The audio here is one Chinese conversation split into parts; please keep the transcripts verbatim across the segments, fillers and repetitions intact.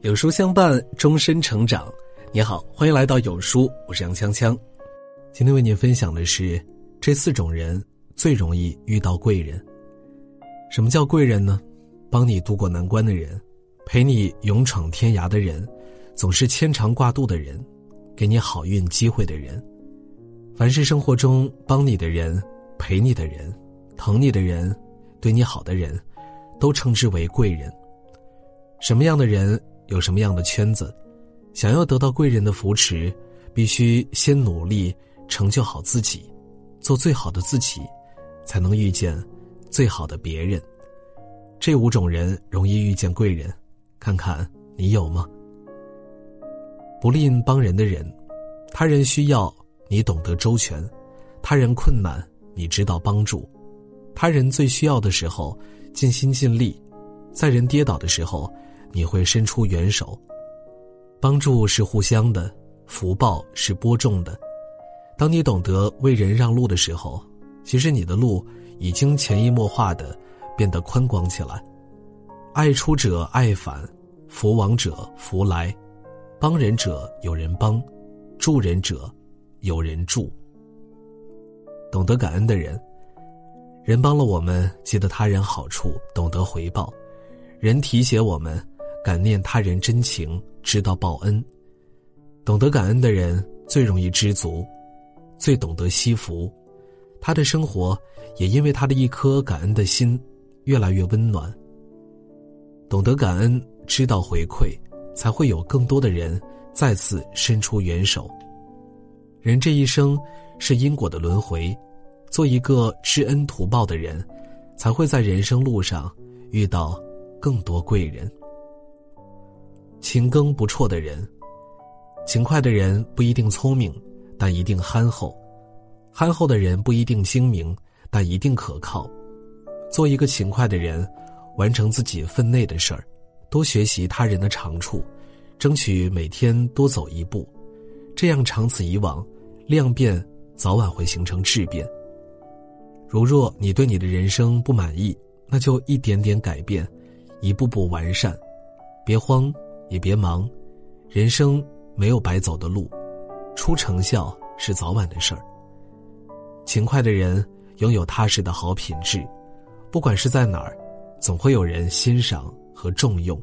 有书相伴，终身成长。你好，欢迎来到有书，我是杨锵锵。今天为您分享的是这四种人最容易遇到贵人。什么叫贵人呢？帮你渡过难关的人，陪你勇闯天涯的人，总是牵肠挂肚的人，给你好运机会的人。凡是生活中帮你的人，陪你的人，疼你的人，对你好的人，都称之为贵人。什么样的人有什么样的圈子，想要得到贵人的扶持，必须先努力成就好自己，做最好的自己，才能遇见最好的别人。这五种人容易遇见贵人，看看你有吗？不吝帮人的人，他人需要你懂得周全，他人困难你知道帮助，他人最需要的时候尽心尽力，在人跌倒的时候你会伸出援手。帮助是互相的，福报是播种的。当你懂得为人让路的时候，其实你的路已经潜移默化地变得宽广起来。爱出者爱返，福往者福来，帮人者有人帮，助人者有人助。懂得感恩的人，人帮了我们，记得他人好处，懂得回报；人提携我们，感念他人真情，知道报恩。懂得感恩的人最容易知足，最懂得惜福，他的生活也因为他的一颗感恩的心越来越温暖。懂得感恩，知道回馈，才会有更多的人再次伸出援手。人这一生是因果的轮回，做一个知恩图报的人，才会在人生路上遇到更多贵人。勤耕不辍的人，勤快的人不一定聪明，但一定憨厚；憨厚的人不一定精明，但一定可靠。做一个勤快的人，完成自己分内的事儿，多学习他人的长处，争取每天多走一步，这样长此以往，量变早晚会形成质变。如若你对你的人生不满意，那就一点点改变，一步步完善，别慌也别忙，人生没有白走的路，出成效是早晚的事儿。勤快的人拥有踏实的好品质，不管是在哪儿，总会有人欣赏和重用。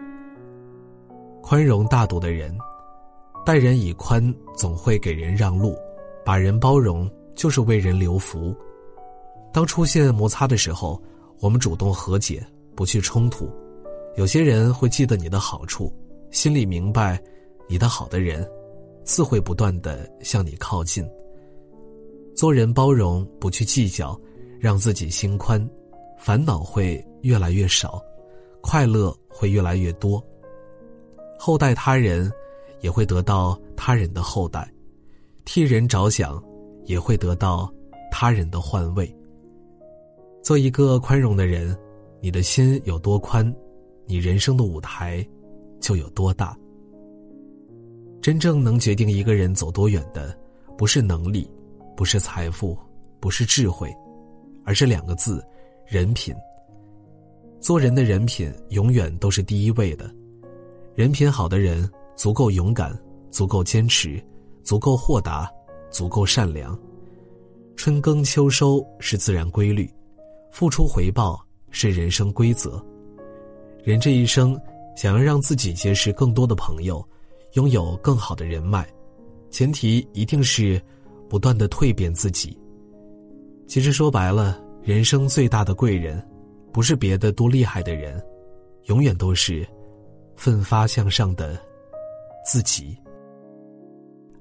宽容大度的人，待人以宽，总会给人让路，把人包容就是为人留福。当出现摩擦的时候，我们主动和解，不去冲突。有些人会记得你的好处，心里明白你的好的人，自会不断地向你靠近。做人包容，不去计较，让自己心宽，烦恼会越来越少，快乐会越来越多。厚待他人，也会得到他人的厚待；替人着想，也会得到他人的换位。做一个宽容的人，你的心有多宽，你人生的舞台就有多大。真正能决定一个人走多远的，不是能力，不是财富，不是智慧，而是两个字：人品。做人的人品永远都是第一位的。人品好的人足够勇敢，足够坚持，足够豁达，足够善良。春耕秋收是自然规律，付出回报是人生规则。人这一生想要让自己结识更多的朋友，拥有更好的人脉，前提一定是不断地蜕变自己。其实说白了，人生最大的贵人不是别的多厉害的人，永远都是奋发向上的自己。